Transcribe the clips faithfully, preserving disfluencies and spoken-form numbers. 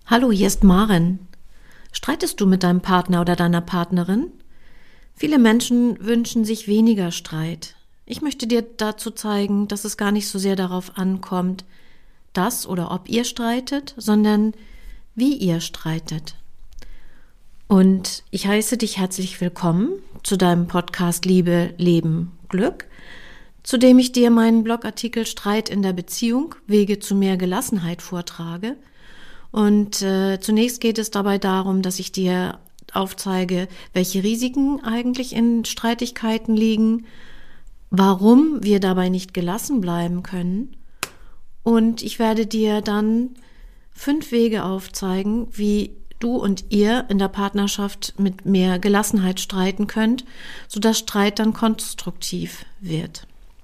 Hallo, hier ist Maren. Streitest du mit deinem Partner oder deiner Partnerin? Viele Menschen wünschen sich weniger Streit. Ich möchte dir dazu zeigen, dass es gar nicht so sehr darauf ankommt, dass oder ob ihr streitet, sondern wie ihr streitet. Und ich heiße dich herzlich willkommen zu deinem Podcast Liebe, Leben, Glück, zu dem ich dir meinen Blogartikel Streit in der Beziehung, Wege zu mehr Gelassenheit vortrage. Und äh, zunächst geht es dabei darum, dass ich dir aufzeige, welche Risiken eigentlich in Streitigkeiten liegen, warum wir dabei nicht gelassen bleiben können. Und ich werde dir dann fünf Wege aufzeigen, wie du und ihr in der Partnerschaft mit mehr Gelassenheit streiten könnt, sodass Streit dann konstruktiv wird.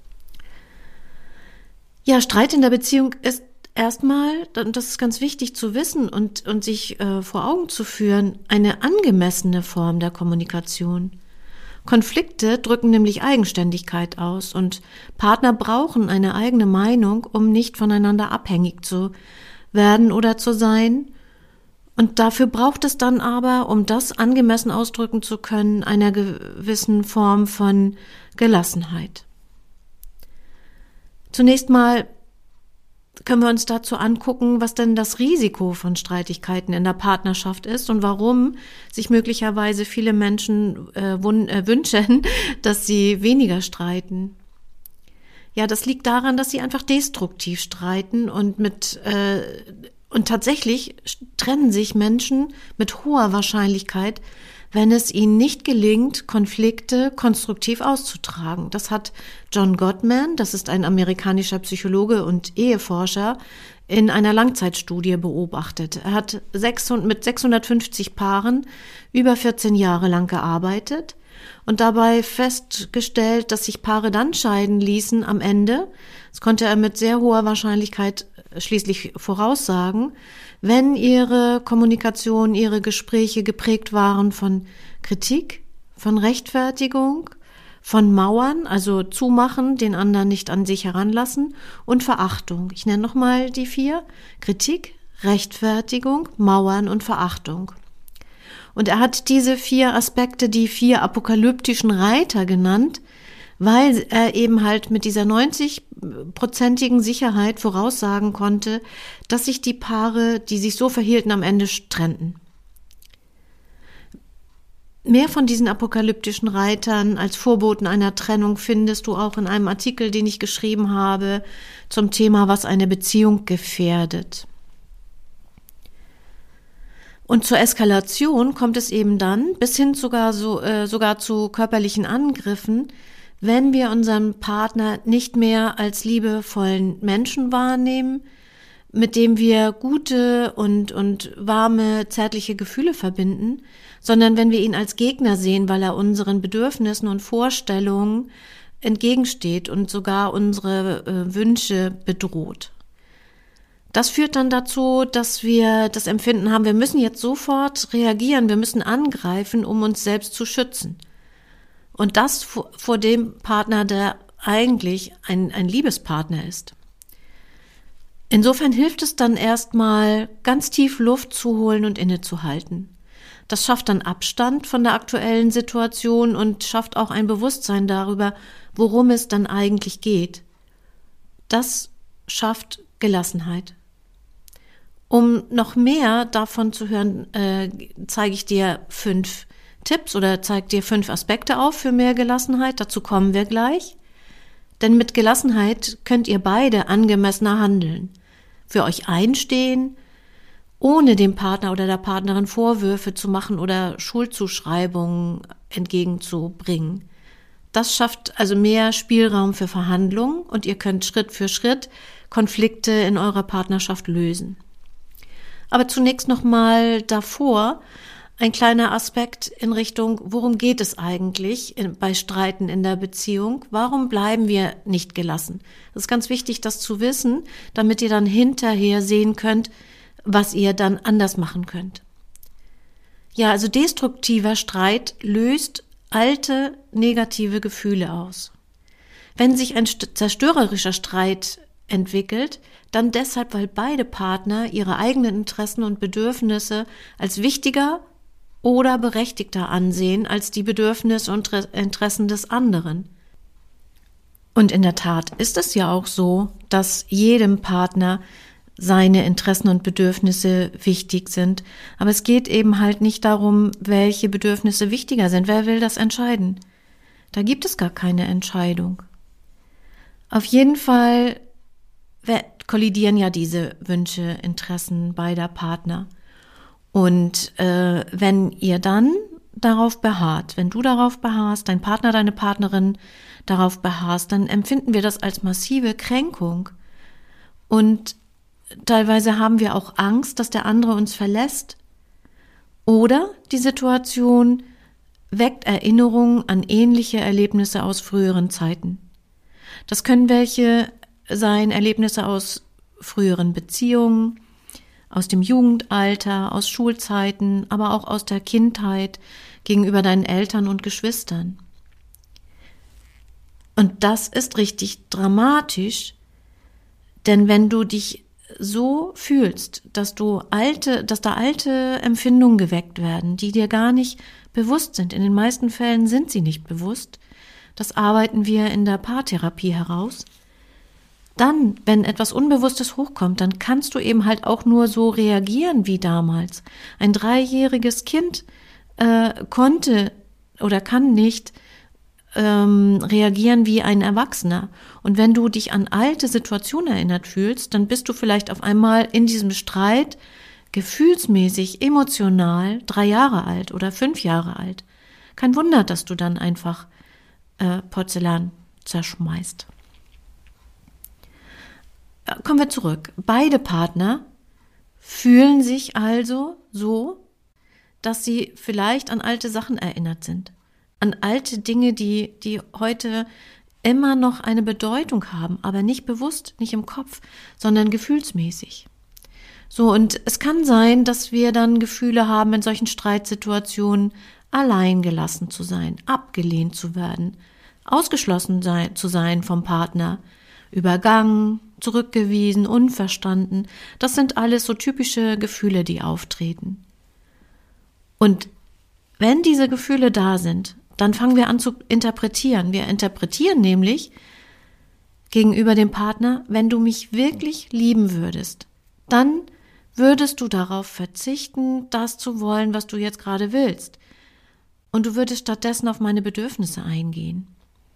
Ja, Streit in der Beziehung ist erstmal, das ist ganz wichtig zu wissen und, und sich äh, vor Augen zu führen, eine angemessene Form der Kommunikation. Konflikte drücken nämlich Eigenständigkeit aus und Partner brauchen eine eigene Meinung, um nicht voneinander abhängig zu werden oder zu sein. Und dafür braucht es dann aber, um das angemessen ausdrücken zu können, einer gewissen Form von Gelassenheit. Zunächst mal können wir uns dazu angucken, was denn das Risiko von Streitigkeiten in der Partnerschaft ist und warum sich möglicherweise viele Menschen äh, wun- äh, wünschen, dass sie weniger streiten. Ja, das liegt daran, dass sie einfach destruktiv streiten und mit äh, und tatsächlich trennen sich Menschen mit hoher Wahrscheinlichkeit, wenn es ihnen nicht gelingt, Konflikte konstruktiv auszutragen. Das hat John Gottman, das ist ein amerikanischer Psychologe und Eheforscher, in einer Langzeitstudie beobachtet. Er hat mit sechshundertfünfzig Paaren über vierzehn Jahre lang gearbeitet und dabei festgestellt, dass sich Paare dann scheiden ließen am Ende. Das konnte er mit sehr hoher Wahrscheinlichkeit schließlich voraussagen, wenn ihre Kommunikation, ihre Gespräche geprägt waren von Kritik, von Rechtfertigung, von Mauern, also zumachen, den anderen nicht an sich heranlassen und Verachtung. Ich nenne nochmal die vier: Kritik, Rechtfertigung, Mauern und Verachtung. Und er hat diese vier Aspekte die vier apokalyptischen Reiter genannt, weil er eben halt mit dieser neunzig-prozentigen Sicherheit voraussagen konnte, dass sich die Paare, die sich so verhielten, am Ende trennten. Mehr von diesen apokalyptischen Reitern als Vorboten einer Trennung findest du auch in einem Artikel, den ich geschrieben habe zum Thema, was eine Beziehung gefährdet. Und zur Eskalation kommt es eben dann bis hin sogar, so, äh, sogar zu körperlichen Angriffen, wenn wir unseren Partner nicht mehr als liebevollen Menschen wahrnehmen, mit dem wir gute und, und warme, zärtliche Gefühle verbinden, sondern wenn wir ihn als Gegner sehen, weil er unseren Bedürfnissen und Vorstellungen entgegensteht und sogar unsere äh, Wünsche bedroht. Das führt dann dazu, dass wir das Empfinden haben, wir müssen jetzt sofort reagieren, wir müssen angreifen, um uns selbst zu schützen. Und das vor, vor dem Partner, der eigentlich ein, ein Liebespartner ist. Insofern hilft es dann erstmal, ganz tief Luft zu holen und innezuhalten. Das schafft dann Abstand von der aktuellen Situation und schafft auch ein Bewusstsein darüber, worum es dann eigentlich geht. Das schafft Gelassenheit. Um noch mehr davon zu hören, äh, zeige ich dir fünf Tipps oder zeige dir fünf Aspekte auf für mehr Gelassenheit. Dazu kommen wir gleich. Denn mit Gelassenheit könnt ihr beide angemessener handeln, für euch einstehen, ohne dem Partner oder der Partnerin Vorwürfe zu machen oder Schuldzuschreibungen entgegenzubringen. Das schafft also mehr Spielraum für Verhandlungen und ihr könnt Schritt für Schritt Konflikte in eurer Partnerschaft lösen. Aber zunächst nochmal davor ein kleiner Aspekt in Richtung, worum geht es eigentlich in, bei Streiten in der Beziehung? Warum bleiben wir nicht gelassen? Das ist ganz wichtig, das zu wissen, damit ihr dann hinterher sehen könnt, was ihr dann anders machen könnt. Ja, also destruktiver Streit löst alte negative Gefühle aus. Wenn sich ein zerstörerischer Streit entwickelt, dann deshalb, weil beide Partner ihre eigenen Interessen und Bedürfnisse als wichtiger oder berechtigter ansehen als die Bedürfnisse und Interessen des anderen. Und in der Tat ist es ja auch so, dass jedem Partner seine Interessen und Bedürfnisse wichtig sind. Aber es geht eben halt nicht darum, welche Bedürfnisse wichtiger sind. Wer will das entscheiden? Da gibt es gar keine Entscheidung. Auf jeden Fall kollidieren ja diese Wünsche, Interessen beider Partner. Und äh, wenn ihr dann darauf beharrt, wenn du darauf beharrst, dein Partner, deine Partnerin darauf beharrst, dann empfinden wir das als massive Kränkung. Und teilweise haben wir auch Angst, dass der andere uns verlässt. Oder die Situation weckt Erinnerungen an ähnliche Erlebnisse aus früheren Zeiten. Das können welche sein, Erlebnisse aus früheren Beziehungen, aus dem Jugendalter, aus Schulzeiten, aber auch aus der Kindheit gegenüber deinen Eltern und Geschwistern. Und das ist richtig dramatisch, denn wenn du dich so fühlst, dass du alte, dass da alte Empfindungen geweckt werden, die dir gar nicht bewusst sind, in den meisten Fällen sind sie nicht bewusst, das arbeiten wir in der Paartherapie heraus, dann, wenn etwas Unbewusstes hochkommt, dann kannst du eben halt auch nur so reagieren wie damals. Ein dreijähriges Kind äh, konnte oder kann nicht ähm, reagieren wie ein Erwachsener. Und wenn du dich an alte Situationen erinnert fühlst, dann bist du vielleicht auf einmal in diesem Streit gefühlsmäßig, emotional drei Jahre alt oder fünf Jahre alt. Kein Wunder, dass du dann einfach äh, Porzellan zerschmeißt. Kommen wir zurück. Beide Partner fühlen sich also so, dass sie vielleicht an alte Sachen erinnert sind. An alte Dinge, die, die heute immer noch eine Bedeutung haben, aber nicht bewusst, nicht im Kopf, sondern gefühlsmäßig. So, und es kann sein, dass wir dann Gefühle haben, in solchen Streitsituationen allein gelassen zu sein, abgelehnt zu werden, ausgeschlossen sein, zu sein vom Partner, übergangen, zurückgewiesen, unverstanden. Das sind alles so typische Gefühle, die auftreten. Und wenn diese Gefühle da sind, dann fangen wir an zu interpretieren. Wir interpretieren nämlich gegenüber dem Partner, wenn du mich wirklich lieben würdest, dann würdest du darauf verzichten, das zu wollen, was du jetzt gerade willst. Und du würdest stattdessen auf meine Bedürfnisse eingehen.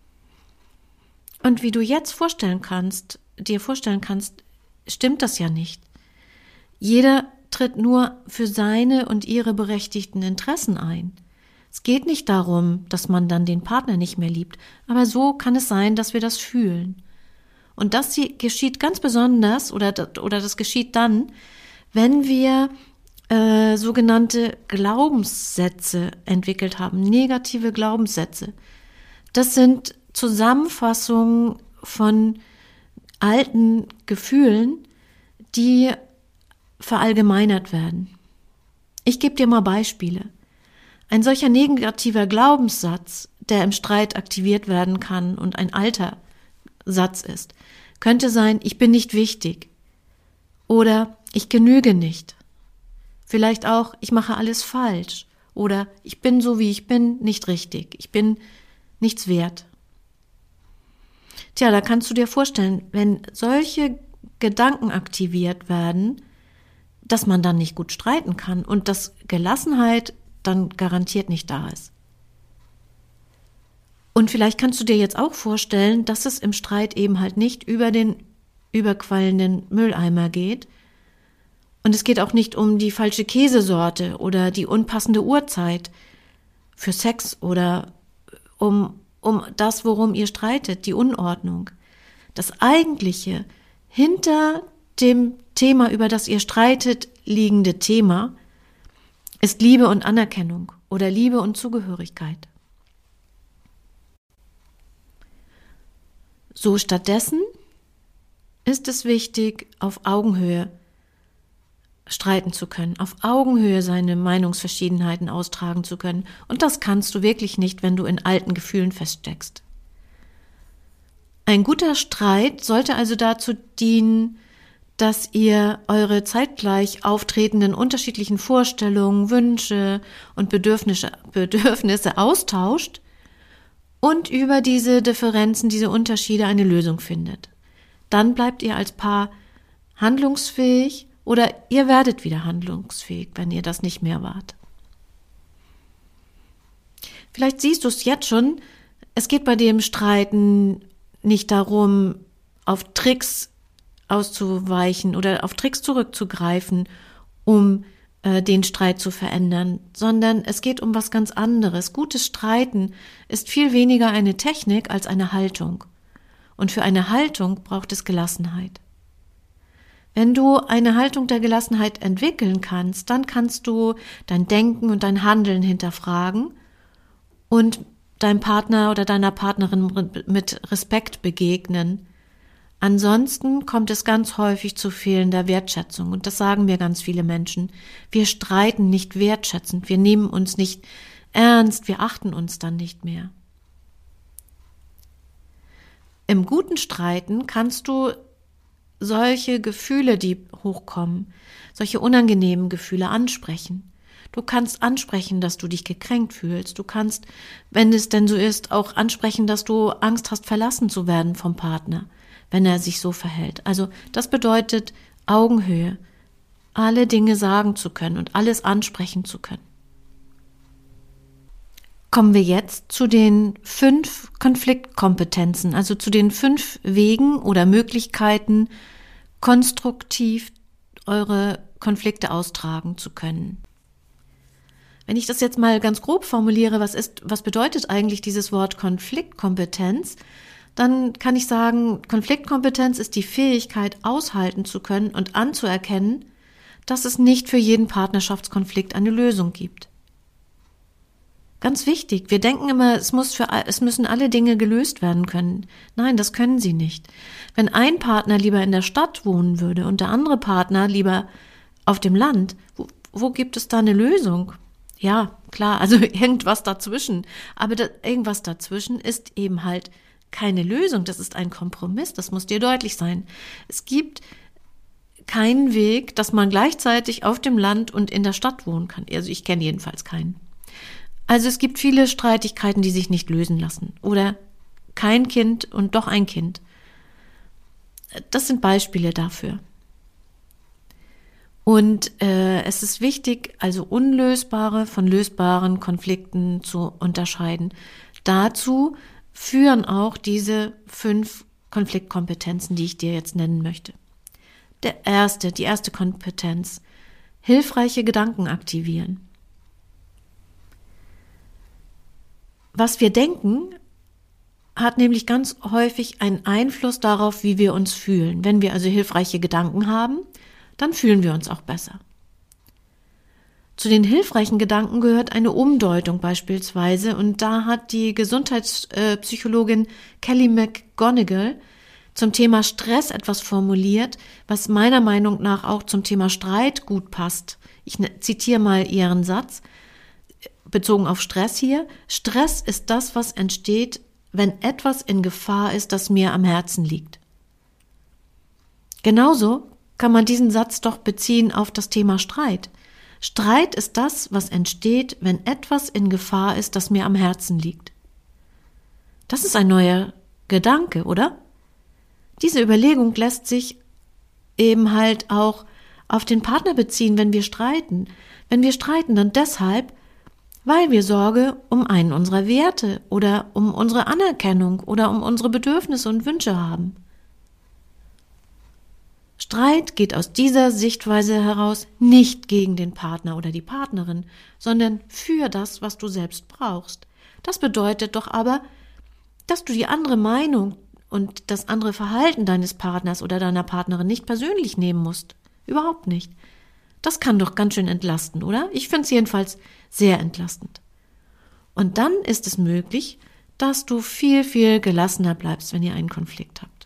Und wie du jetzt vorstellen kannst, dir vorstellen kannst, stimmt das ja nicht. Jeder tritt nur für seine und ihre berechtigten Interessen ein. Es geht nicht darum, dass man dann den Partner nicht mehr liebt, aber so kann es sein, dass wir das fühlen. Und das geschieht ganz besonders, oder, oder das geschieht dann, wenn wir äh, sogenannte Glaubenssätze entwickelt haben, negative Glaubenssätze. Das sind Zusammenfassungen von alten Gefühlen, die verallgemeinert werden. Ich gebe dir mal Beispiele. Ein solcher negativer Glaubenssatz, der im Streit aktiviert werden kann und ein alter Satz ist, könnte sein, ich bin nicht wichtig oder ich genüge nicht. Vielleicht auch, ich mache alles falsch oder ich bin so, wie ich bin, nicht richtig. Ich bin nichts wert. Tja, da kannst du dir vorstellen, wenn solche Gedanken aktiviert werden, dass man dann nicht gut streiten kann und dass Gelassenheit dann garantiert nicht da ist. Und vielleicht kannst du dir jetzt auch vorstellen, dass es im Streit eben halt nicht über den überquellenden Mülleimer geht und es geht auch nicht um die falsche Käsesorte oder die unpassende Uhrzeit für Sex oder um, um das, worum ihr streitet, die Unordnung. Das Eigentliche hinter dem Thema, über das ihr streitet, liegende Thema ist Liebe und Anerkennung oder Liebe und Zugehörigkeit. So stattdessen ist es wichtig, auf Augenhöhe streiten zu können, auf Augenhöhe seine Meinungsverschiedenheiten austragen zu können. Und das kannst du wirklich nicht, wenn du in alten Gefühlen feststeckst. Ein guter Streit sollte also dazu dienen, dass ihr eure zeitgleich auftretenden unterschiedlichen Vorstellungen, Wünsche und Bedürfnisse, Bedürfnisse austauscht und über diese Differenzen, diese Unterschiede eine Lösung findet. Dann bleibt ihr als Paar handlungsfähig oder ihr werdet wieder handlungsfähig, wenn ihr das nicht mehr wart. Vielleicht siehst du es jetzt schon, es geht bei dem Streiten nicht darum, auf Tricks auszuweichen oder auf Tricks zurückzugreifen, um äh, den Streit zu verändern, sondern es geht um was ganz anderes. Gutes Streiten ist viel weniger eine Technik als eine Haltung. Und für eine Haltung braucht es Gelassenheit. Wenn du eine Haltung der Gelassenheit entwickeln kannst, dann kannst du dein Denken und dein Handeln hinterfragen und deinem Partner oder deiner Partnerin mit Respekt begegnen. Ansonsten kommt es ganz häufig zu fehlender Wertschätzung und das sagen mir ganz viele Menschen. Wir streiten nicht wertschätzend, wir nehmen uns nicht ernst, wir achten uns dann nicht mehr. Im guten Streiten kannst du solche Gefühle, die hochkommen, solche unangenehmen Gefühle ansprechen. Du kannst ansprechen, dass du dich gekränkt fühlst. Du kannst, wenn es denn so ist, auch ansprechen, dass du Angst hast, verlassen zu werden vom Partner, wenn er sich so verhält. Also das bedeutet Augenhöhe, alle Dinge sagen zu können und alles ansprechen zu können. Kommen wir jetzt zu den fünf Konfliktkompetenzen, also zu den fünf Wegen oder Möglichkeiten, konstruktiv eure Konflikte austragen zu können. Wenn ich das jetzt mal ganz grob formuliere, was ist, was bedeutet eigentlich dieses Wort Konfliktkompetenz? Dann kann ich sagen, Konfliktkompetenz ist die Fähigkeit, aushalten zu können und anzuerkennen, dass es nicht für jeden Partnerschaftskonflikt eine Lösung gibt. Ganz wichtig, wir denken immer, es muss für, es müssen alle Dinge gelöst werden können. Nein, das können sie nicht. Wenn ein Partner lieber in der Stadt wohnen würde und der andere Partner lieber auf dem Land, wo, wo gibt es da eine Lösung? Ja, klar, also irgendwas dazwischen. Aber das, irgendwas dazwischen ist eben halt keine Lösung, das ist ein Kompromiss, das muss dir deutlich sein. Es gibt keinen Weg, dass man gleichzeitig auf dem Land und in der Stadt wohnen kann. Also ich kenne jedenfalls keinen. Also es gibt viele Streitigkeiten, die sich nicht lösen lassen. Oder kein Kind und doch ein Kind. Das sind Beispiele dafür. Und äh, es ist wichtig, also unlösbare von lösbaren Konflikten zu unterscheiden. Dazu führen auch diese fünf Konfliktkompetenzen, die ich dir jetzt nennen möchte. Der erste, die erste Kompetenz, hilfreiche Gedanken aktivieren. Was wir denken, hat nämlich ganz häufig einen Einfluss darauf, wie wir uns fühlen. Wenn wir also hilfreiche Gedanken haben, dann fühlen wir uns auch besser. Zu den hilfreichen Gedanken gehört eine Umdeutung beispielsweise und da hat die Gesundheitspsychologin Kelly McGonigal zum Thema Stress etwas formuliert, was meiner Meinung nach auch zum Thema Streit gut passt. Ich zitiere mal ihren Satz, bezogen auf Stress hier. Stress ist das, was entsteht, wenn etwas in Gefahr ist, das mir am Herzen liegt. Genauso kann man diesen Satz doch beziehen auf das Thema Streit. Streit ist das, was entsteht, wenn etwas in Gefahr ist, das mir am Herzen liegt. Das ist ein neuer Gedanke, oder? Diese Überlegung lässt sich eben halt auch auf den Partner beziehen, wenn wir streiten. Wenn wir streiten, dann deshalb, weil wir Sorge um einen unserer Werte oder um unsere Anerkennung oder um unsere Bedürfnisse und Wünsche haben. Streit geht aus dieser Sichtweise heraus nicht gegen den Partner oder die Partnerin, sondern für das, was du selbst brauchst. Das bedeutet doch aber, dass du die andere Meinung und das andere Verhalten deines Partners oder deiner Partnerin nicht persönlich nehmen musst. Überhaupt nicht. Das kann doch ganz schön entlasten, oder? Ich finde es jedenfalls sehr entlastend. Und dann ist es möglich, dass du viel, viel gelassener bleibst, wenn ihr einen Konflikt habt.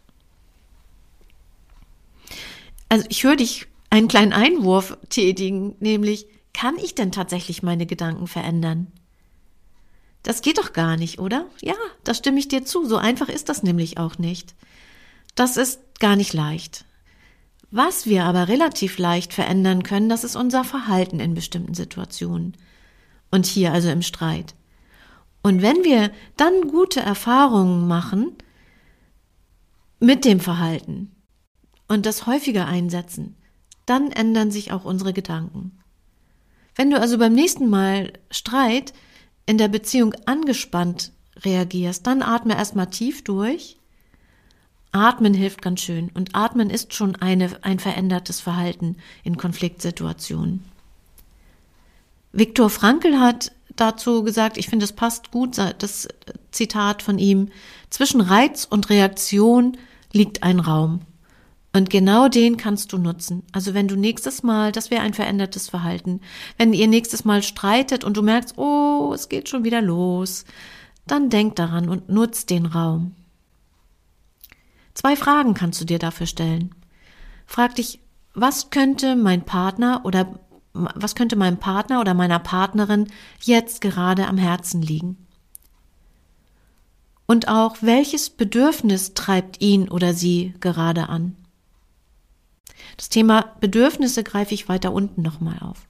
Also ich höre dich einen kleinen Einwurf tätigen, nämlich, kann ich denn tatsächlich meine Gedanken verändern? Das geht doch gar nicht, oder? Ja, da stimme ich dir zu. So einfach ist das nämlich auch nicht. Das ist gar nicht leicht. Was wir aber relativ leicht verändern können, das ist unser Verhalten in bestimmten Situationen. Und hier also im Streit. Und wenn wir dann gute Erfahrungen machen mit dem Verhalten und das häufiger einsetzen, dann ändern sich auch unsere Gedanken. Wenn du also beim nächsten Mal Streit in der Beziehung angespannt reagierst, dann atme erstmal tief durch. Atmen hilft ganz schön und Atmen ist schon eine, ein verändertes Verhalten in Konfliktsituationen. Viktor Frankl hat dazu gesagt, ich finde, es passt gut, das Zitat von ihm: Zwischen Reiz und Reaktion liegt ein Raum. Und genau den kannst du nutzen. Also wenn du nächstes Mal, das wäre ein verändertes Verhalten, wenn ihr nächstes Mal streitet und du merkst, oh, es geht schon wieder los, dann denk daran und nutz den Raum. Zwei Fragen kannst du dir dafür stellen. Frag dich, was könnte mein Partner oder was könnte meinem Partner oder meiner Partnerin jetzt gerade am Herzen liegen? Und auch, welches Bedürfnis treibt ihn oder sie gerade an? Das Thema Bedürfnisse greife ich weiter unten nochmal auf.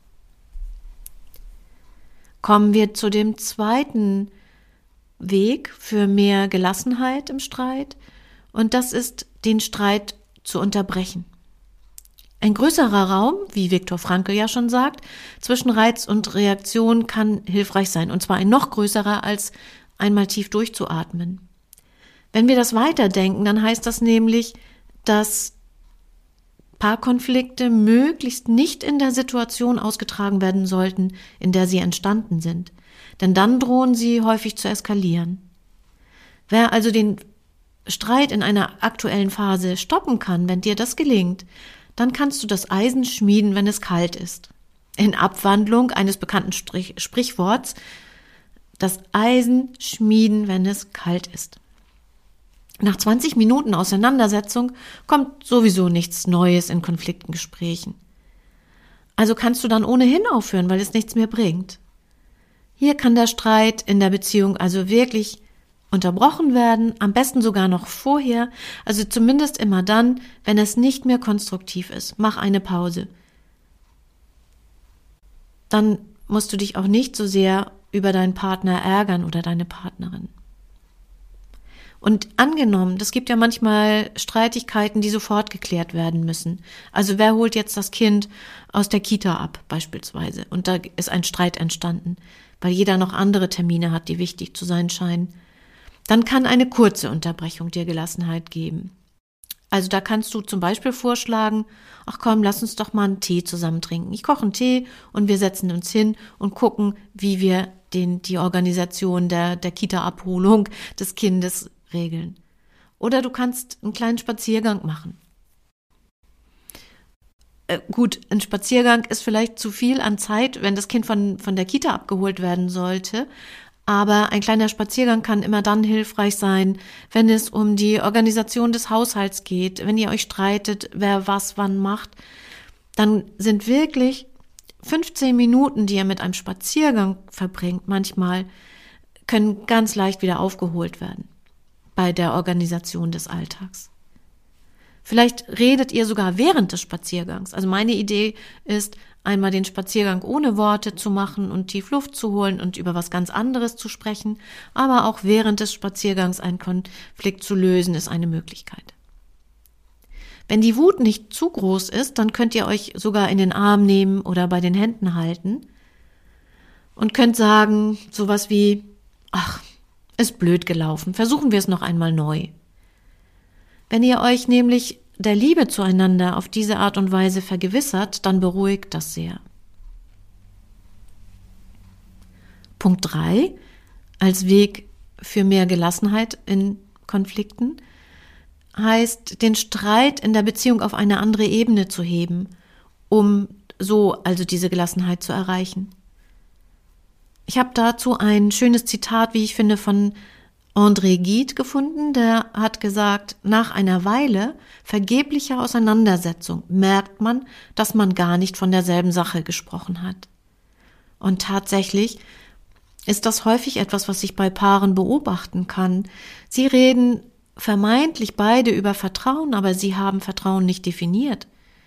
Kommen wir zu dem zweiten Weg für mehr Gelassenheit im Streit, und das ist, den Streit zu unterbrechen. Ein größerer Raum, wie Viktor Frankl ja schon sagt, zwischen Reiz und Reaktion kann hilfreich sein, und zwar ein noch größerer, als einmal tief durchzuatmen. Wenn wir das weiterdenken, dann heißt das nämlich, dass Paarkonflikte möglichst nicht in der Situation ausgetragen werden sollten, in der sie entstanden sind. Denn dann drohen sie häufig zu eskalieren. Wer also den Streit in einer aktuellen Phase stoppen kann, wenn dir das gelingt, dann kannst du das Eisen schmieden, wenn es kalt ist. In Abwandlung eines bekannten Strich- Sprichworts, das Eisen schmieden, wenn es kalt ist. Nach zwanzig Minuten Auseinandersetzung kommt sowieso nichts Neues in Konfliktengesprächen. Also kannst du dann ohnehin aufhören, weil es nichts mehr bringt. Hier kann der Streit in der Beziehung also wirklich unterbrochen werden, am besten sogar noch vorher, also zumindest immer dann, wenn es nicht mehr konstruktiv ist. Mach eine Pause. Dann musst du dich auch nicht so sehr über deinen Partner ärgern oder deine Partnerin. Und angenommen, es gibt ja manchmal Streitigkeiten, die sofort geklärt werden müssen. Also wer holt jetzt das Kind aus der Kita ab, beispielsweise? Und da ist ein Streit entstanden, weil jeder noch andere Termine hat, die wichtig zu sein scheinen. Dann kann eine kurze Unterbrechung dir Gelassenheit geben. Also da kannst du zum Beispiel vorschlagen, ach komm, lass uns doch mal einen Tee zusammen trinken. Ich koche einen Tee und wir setzen uns hin und gucken, wie wir den, die Organisation der, der Kita-Abholung des Kindes regeln. Oder du kannst einen kleinen Spaziergang machen. Äh, gut, ein Spaziergang ist vielleicht zu viel an Zeit, wenn das Kind von, von der Kita abgeholt werden sollte. Aber ein kleiner Spaziergang kann immer dann hilfreich sein, wenn es um die Organisation des Haushalts geht, wenn ihr euch streitet, wer was wann macht. Dann sind wirklich fünfzehn Minuten, die ihr mit einem Spaziergang verbringt, manchmal, können ganz leicht wieder aufgeholt werden bei der Organisation des Alltags. Vielleicht redet ihr sogar während des Spaziergangs. Also meine Idee ist, einmal den Spaziergang ohne Worte zu machen und tief Luft zu holen und über was ganz anderes zu sprechen, aber auch während des Spaziergangs einen Konflikt zu lösen, ist eine Möglichkeit. Wenn die Wut nicht zu groß ist, dann könnt ihr euch sogar in den Arm nehmen oder bei den Händen halten und könnt sagen, sowas wie, ach, ist blöd gelaufen, versuchen wir es noch einmal neu. Wenn ihr euch nämlich der Liebe zueinander auf diese Art und Weise vergewissert, dann beruhigt das sehr. Punkt drei, als Weg für mehr Gelassenheit in Konflikten, heißt, den Streit in der Beziehung auf eine andere Ebene zu heben, um so also diese Gelassenheit zu erreichen. Ich habe dazu ein schönes Zitat, wie ich finde, von André Gide gefunden, der hat gesagt, nach einer Weile vergeblicher Auseinandersetzung merkt man, dass man gar nicht von derselben Sache gesprochen hat. Und tatsächlich, ist das häufig etwas, was ich bei Paaren beobachten kann. Sie reden vermeintlich beide über Vertrauen, aber sie haben Vertrauen nicht definiert.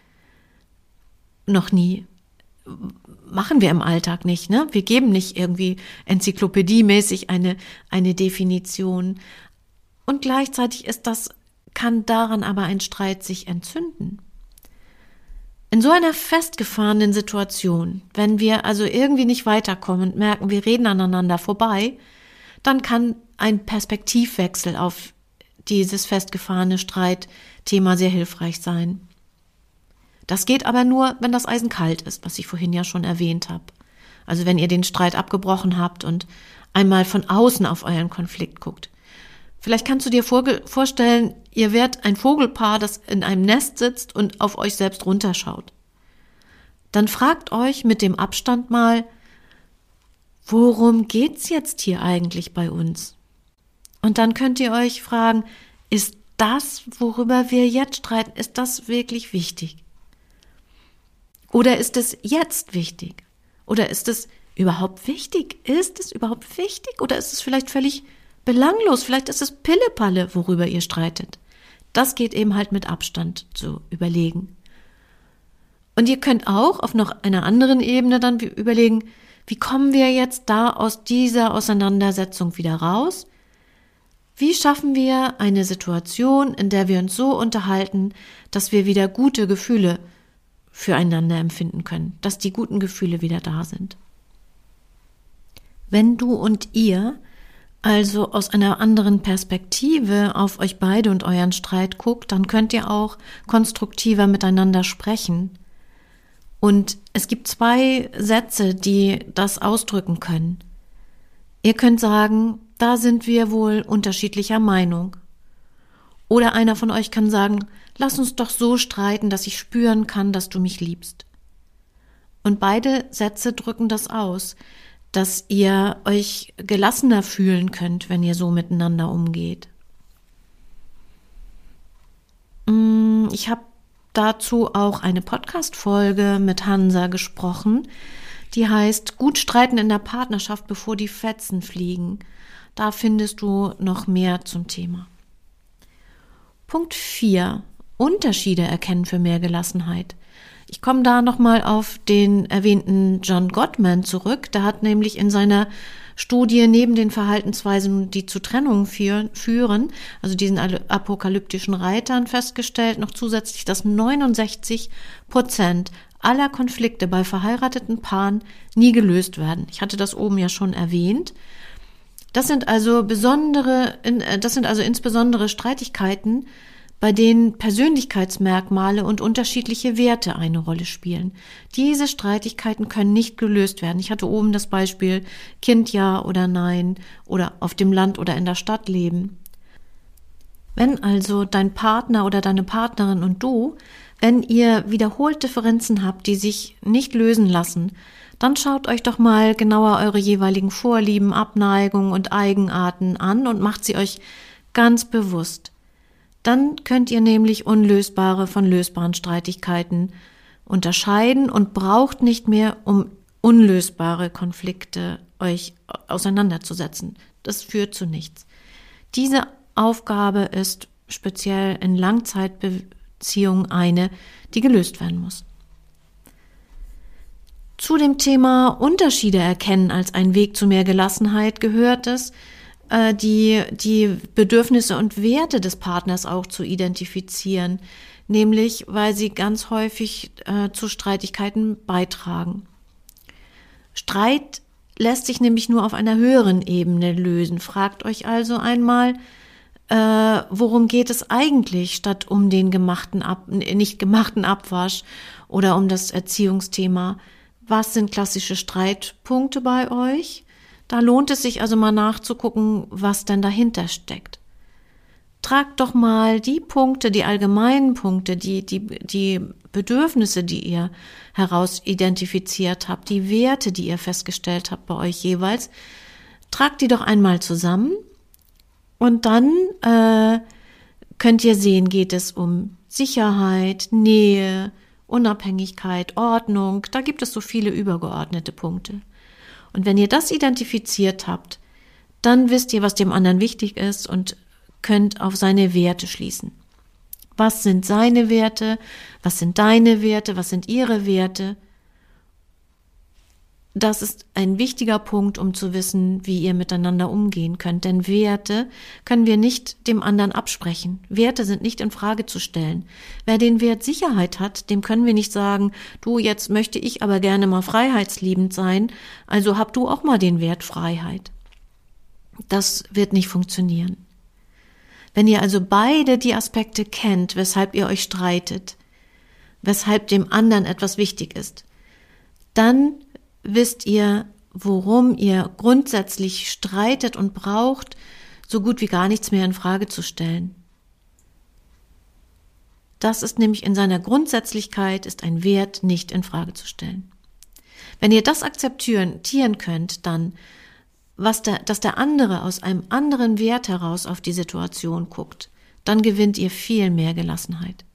Noch nie. Machen wir im Alltag nicht, ne? Wir geben nicht irgendwie enzyklopädiemäßig eine, eine Definition. Und gleichzeitig ist das, kann daran aber ein Streit sich entzünden. In so einer festgefahrenen Situation, wenn wir also irgendwie nicht weiterkommen und merken, wir reden aneinander vorbei, dann kann ein Perspektivwechsel auf dieses festgefahrene Streitthema sehr hilfreich sein. Das geht aber nur, wenn das Eisen kalt ist, was ich vorhin ja schon erwähnt habe. Also wenn ihr den Streit abgebrochen habt und einmal von außen auf euren Konflikt guckt. Vielleicht kannst du dir vorstellen, ihr wärt ein Vogelpaar, das in einem Nest sitzt und auf euch selbst runterschaut. Dann fragt euch mit dem Abstand mal, worum geht's jetzt hier eigentlich bei uns? Und dann könnt ihr euch fragen, ist das, worüber wir jetzt streiten, ist das wirklich wichtig? Oder ist es jetzt wichtig? Oder ist es überhaupt wichtig? Ist es überhaupt wichtig? Oder ist es vielleicht völlig belanglos? Vielleicht ist es Pillepalle, worüber ihr streitet. Das geht eben halt mit Abstand zu überlegen. Und ihr könnt auch auf noch einer anderen Ebene dann überlegen, wie kommen wir jetzt da aus dieser Auseinandersetzung wieder raus? Wie schaffen wir eine Situation, in der wir uns so unterhalten, dass wir wieder gute Gefühle füreinander empfinden können, dass die guten Gefühle wieder da sind? Wenn du und ihr also aus einer anderen Perspektive auf euch beide und euren Streit guckt, dann könnt ihr auch konstruktiver miteinander sprechen. Und es gibt zwei Sätze, die das ausdrücken können. Ihr könnt sagen, da sind wir wohl unterschiedlicher Meinung. Oder einer von euch kann sagen, lass uns doch so streiten, dass ich spüren kann, dass du mich liebst. Und beide Sätze drücken das aus, dass ihr euch gelassener fühlen könnt, wenn ihr so miteinander umgeht. Ich habe dazu auch eine Podcast-Folge mit Hansa gesprochen, die heißt Gut streiten in der Partnerschaft, bevor die Fetzen fliegen. Da findest du noch mehr zum Thema. Punkt vier. Unterschiede erkennen für mehr Gelassenheit. Ich komme da nochmal auf den erwähnten John Gottman zurück. Der hat nämlich in seiner Studie neben den Verhaltensweisen, die zu Trennungen führen, also diesen apokalyptischen Reitern, festgestellt, noch zusätzlich, dass neunundsechzig Prozent aller Konflikte bei verheirateten Paaren nie gelöst werden. Ich hatte das oben ja schon erwähnt. Das sind also besondere, das sind also insbesondere Streitigkeiten, bei denen Persönlichkeitsmerkmale und unterschiedliche Werte eine Rolle spielen. Diese Streitigkeiten können nicht gelöst werden. Ich hatte oben das Beispiel Kind ja oder nein oder auf dem Land oder in der Stadt leben. Wenn also dein Partner oder deine Partnerin und du, wenn ihr wiederholt Differenzen habt, die sich nicht lösen lassen, dann schaut euch doch mal genauer eure jeweiligen Vorlieben, Abneigungen und Eigenarten an und macht sie euch ganz bewusst. Dann könnt ihr nämlich unlösbare von lösbaren Streitigkeiten unterscheiden und braucht nicht mehr, um unlösbare Konflikte euch auseinanderzusetzen. Das führt zu nichts. Diese Aufgabe ist speziell in Langzeitbeziehungen eine, die gelöst werden muss. Zu dem Thema Unterschiede erkennen als ein Weg zu mehr Gelassenheit gehört es, die, die Bedürfnisse und Werte des Partners auch zu identifizieren, nämlich weil sie ganz häufig äh, zu Streitigkeiten beitragen. Streit lässt sich nämlich nur auf einer höheren Ebene lösen. Fragt euch also einmal, äh, worum geht es eigentlich, statt um den gemachten Ab- nicht gemachten Abwasch oder um das Erziehungsthema. Was sind klassische Streitpunkte bei euch? Da lohnt es sich also mal nachzugucken, was denn dahinter steckt. Tragt doch mal die Punkte, die allgemeinen Punkte, die, die, die Bedürfnisse, die ihr heraus identifiziert habt, die Werte, die ihr festgestellt habt bei euch jeweils, tragt die doch einmal zusammen und dann äh, könnt ihr sehen, geht es um Sicherheit, Nähe, Unabhängigkeit, Ordnung, da gibt es so viele übergeordnete Punkte. Und wenn ihr das identifiziert habt, dann wisst ihr, was dem anderen wichtig ist und könnt auf seine Werte schließen. Was sind seine Werte? Was sind deine Werte? Was sind ihre Werte? Das ist ein wichtiger Punkt, um zu wissen, wie ihr miteinander umgehen könnt. Denn Werte können wir nicht dem anderen absprechen. Werte sind nicht in Frage zu stellen. Wer den Wert Sicherheit hat, dem können wir nicht sagen, du, jetzt möchte ich aber gerne mal freiheitsliebend sein, also hab du auch mal den Wert Freiheit. Das wird nicht funktionieren. Wenn ihr also beide die Aspekte kennt, weshalb ihr euch streitet, weshalb dem anderen etwas wichtig ist, dann wisst ihr, worum ihr grundsätzlich streitet und braucht, so gut wie gar nichts mehr in Frage zu stellen. Das ist nämlich in seiner Grundsätzlichkeit, ist ein Wert nicht in Frage zu stellen. Wenn ihr das akzeptieren könnt, dann, was der, dass der andere aus einem anderen Wert heraus auf die Situation guckt, dann gewinnt ihr viel mehr Gelassenheit.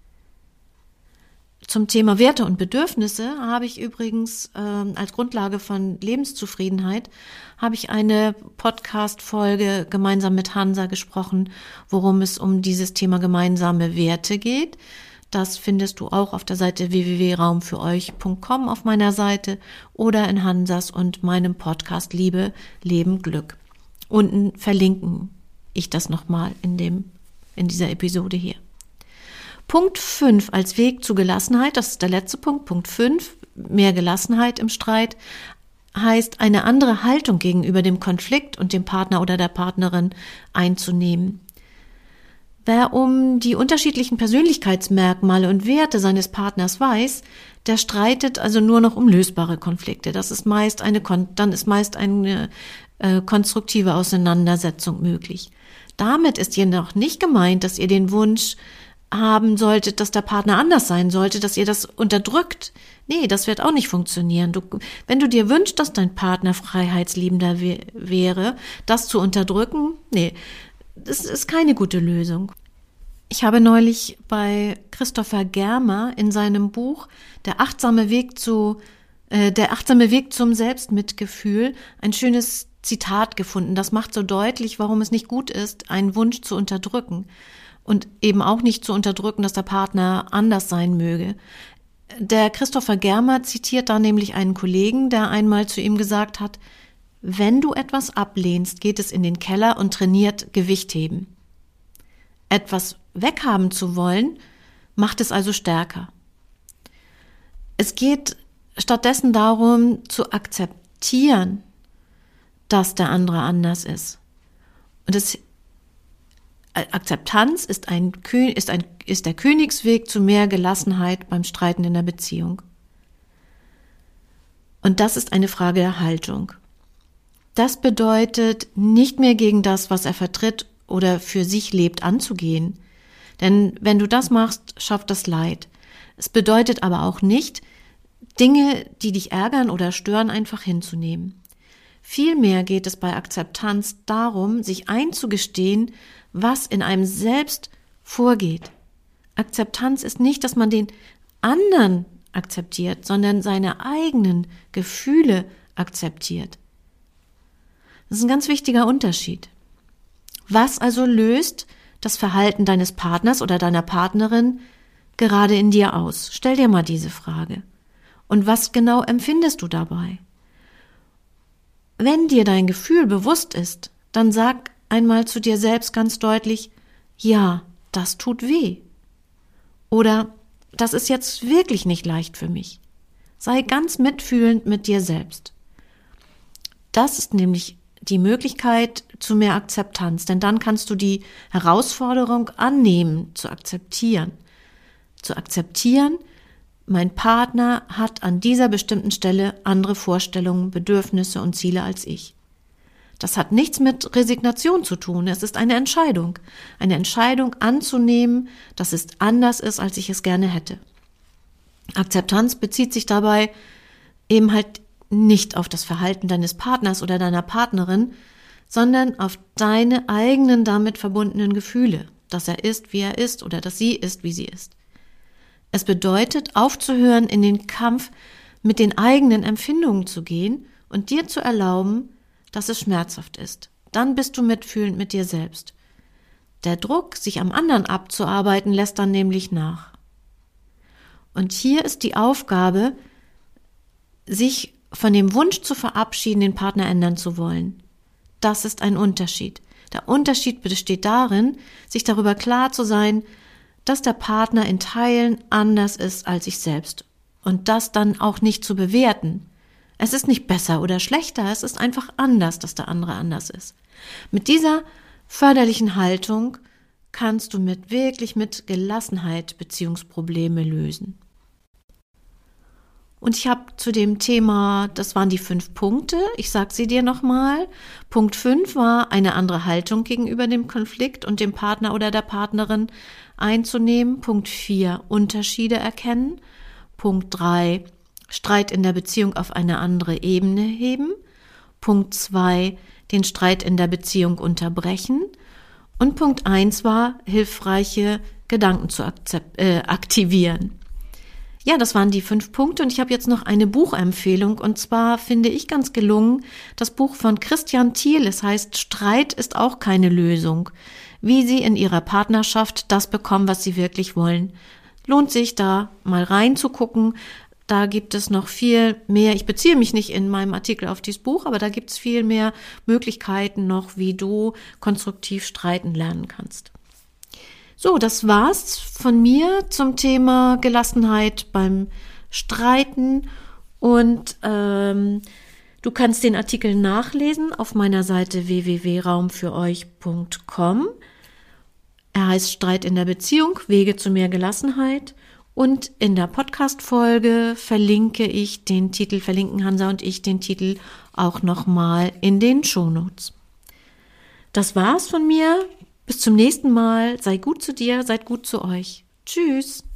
Zum Thema Werte und Bedürfnisse habe ich übrigens äh, als Grundlage von Lebenszufriedenheit habe ich eine Podcast-Folge gemeinsam mit Hansa gesprochen, worum es um dieses Thema gemeinsame Werte geht. Das findest du auch auf der Seite w w w punkt raum für euch punkt com auf meiner Seite oder in Hansas und meinem Podcast Liebe, Leben, Glück. Unten verlinken ich das nochmal in dem, in dieser Episode hier. Punkt fünf als Weg zu Gelassenheit, das ist der letzte Punkt, Punkt fünf, mehr Gelassenheit im Streit, heißt eine andere Haltung gegenüber dem Konflikt und dem Partner oder der Partnerin einzunehmen. Wer um die unterschiedlichen Persönlichkeitsmerkmale und Werte seines Partners weiß, der streitet also nur noch um lösbare Konflikte. Das ist meist eine, dann ist meist eine äh, konstruktive Auseinandersetzung möglich. Damit ist jedoch nicht gemeint, dass ihr den Wunsch haben solltet, dass der Partner anders sein sollte, dass ihr das unterdrückt. Nee, das wird auch nicht funktionieren. Du, wenn du dir wünschst, dass dein Partner freiheitsliebender w- wäre, das zu unterdrücken, nee, das ist keine gute Lösung. Ich habe neulich bei Christopher Germer in seinem Buch Der achtsame Weg zu, äh, der achtsame Weg zum Selbstmitgefühl ein schönes Zitat gefunden. Das macht so deutlich, warum es nicht gut ist, einen Wunsch zu unterdrücken. Und eben auch nicht zu unterdrücken, dass der Partner anders sein möge. Der Christopher Germer zitiert da nämlich einen Kollegen, der einmal zu ihm gesagt hat, wenn du etwas ablehnst, geht es in den Keller und trainiert Gewichtheben. Etwas weghaben zu wollen, macht es also stärker. Es geht stattdessen darum, zu akzeptieren, dass der andere anders ist. Und es Akzeptanz ist ein, ist ein, ist der Königsweg zu mehr Gelassenheit beim Streiten in der Beziehung. Und das ist eine Frage der Haltung. Das bedeutet, nicht mehr gegen das, was er vertritt oder für sich lebt, anzugehen. Denn wenn du das machst, schafft das Leid. Es bedeutet aber auch nicht, Dinge, die dich ärgern oder stören, einfach hinzunehmen. Vielmehr geht es bei Akzeptanz darum, sich einzugestehen, was in einem selbst vorgeht. Akzeptanz ist nicht, dass man den anderen akzeptiert, sondern seine eigenen Gefühle akzeptiert. Das ist ein ganz wichtiger Unterschied. Was also löst das Verhalten deines Partners oder deiner Partnerin gerade in dir aus? Stell dir mal diese Frage. Und was genau empfindest du dabei? Wenn dir dein Gefühl bewusst ist, dann sag einmal zu dir selbst ganz deutlich, ja, das tut weh. Oder das ist jetzt wirklich nicht leicht für mich. Sei ganz mitfühlend mit dir selbst. Das ist nämlich die Möglichkeit zu mehr Akzeptanz, denn dann kannst du die Herausforderung annehmen, zu akzeptieren. Zu akzeptieren, mein Partner hat an dieser bestimmten Stelle andere Vorstellungen, Bedürfnisse und Ziele als ich. Das hat nichts mit Resignation zu tun. Es ist eine Entscheidung. Eine Entscheidung anzunehmen, dass es anders ist, als ich es gerne hätte. Akzeptanz bezieht sich dabei eben halt nicht auf das Verhalten deines Partners oder deiner Partnerin, sondern auf deine eigenen damit verbundenen Gefühle, dass er ist, wie er ist oder dass sie ist, wie sie ist. Es bedeutet, aufzuhören, in den Kampf mit den eigenen Empfindungen zu gehen und dir zu erlauben, dass es schmerzhaft ist. Dann bist du mitfühlend mit dir selbst. Der Druck, sich am anderen abzuarbeiten, lässt dann nämlich nach. Und hier ist die Aufgabe, sich von dem Wunsch zu verabschieden, den Partner ändern zu wollen. Das ist ein Unterschied. Der Unterschied besteht darin, sich darüber klar zu sein, dass der Partner in Teilen anders ist als ich selbst. Und das dann auch nicht zu bewerten. Es ist nicht besser oder schlechter, es ist einfach anders, dass der andere anders ist. Mit dieser förderlichen Haltung kannst du mit wirklich mit Gelassenheit Beziehungsprobleme lösen. Und ich habe zu dem Thema, das waren die fünf Punkte, ich sage sie dir nochmal. Punkt fünf war, eine andere Haltung gegenüber dem Konflikt und dem Partner oder der Partnerin einzunehmen. Punkt vier, Unterschiede erkennen. Punkt drei, Streit in der Beziehung auf eine andere Ebene heben. Punkt zwei, den Streit in der Beziehung unterbrechen. Und Punkt eins war, hilfreiche Gedanken zu akzept, äh, aktivieren. Ja, das waren die fünf Punkte und ich habe jetzt noch eine Buchempfehlung und zwar finde ich ganz gelungen das Buch von Christian Thiel. Es heißt Streit ist auch keine Lösung. Wie Sie in Ihrer Partnerschaft das bekommen, was Sie wirklich wollen. Lohnt sich da mal reinzugucken. Da gibt es noch viel mehr. Ich beziehe mich nicht in meinem Artikel auf dieses Buch, aber da gibt es viel mehr Möglichkeiten noch, wie du konstruktiv streiten lernen kannst. So, das war's von mir zum Thema Gelassenheit beim Streiten und ähm, du kannst den Artikel nachlesen auf meiner Seite w w w punkt raum für euch punkt com. Er heißt Streit in der Beziehung, Wege zu mehr Gelassenheit und in der Podcast-Folge verlinke ich den Titel, verlinken Hansa und ich den Titel auch nochmal in den Shownotes. Das war's von mir. Bis zum nächsten Mal. Sei gut zu dir, seid gut zu euch. Tschüss.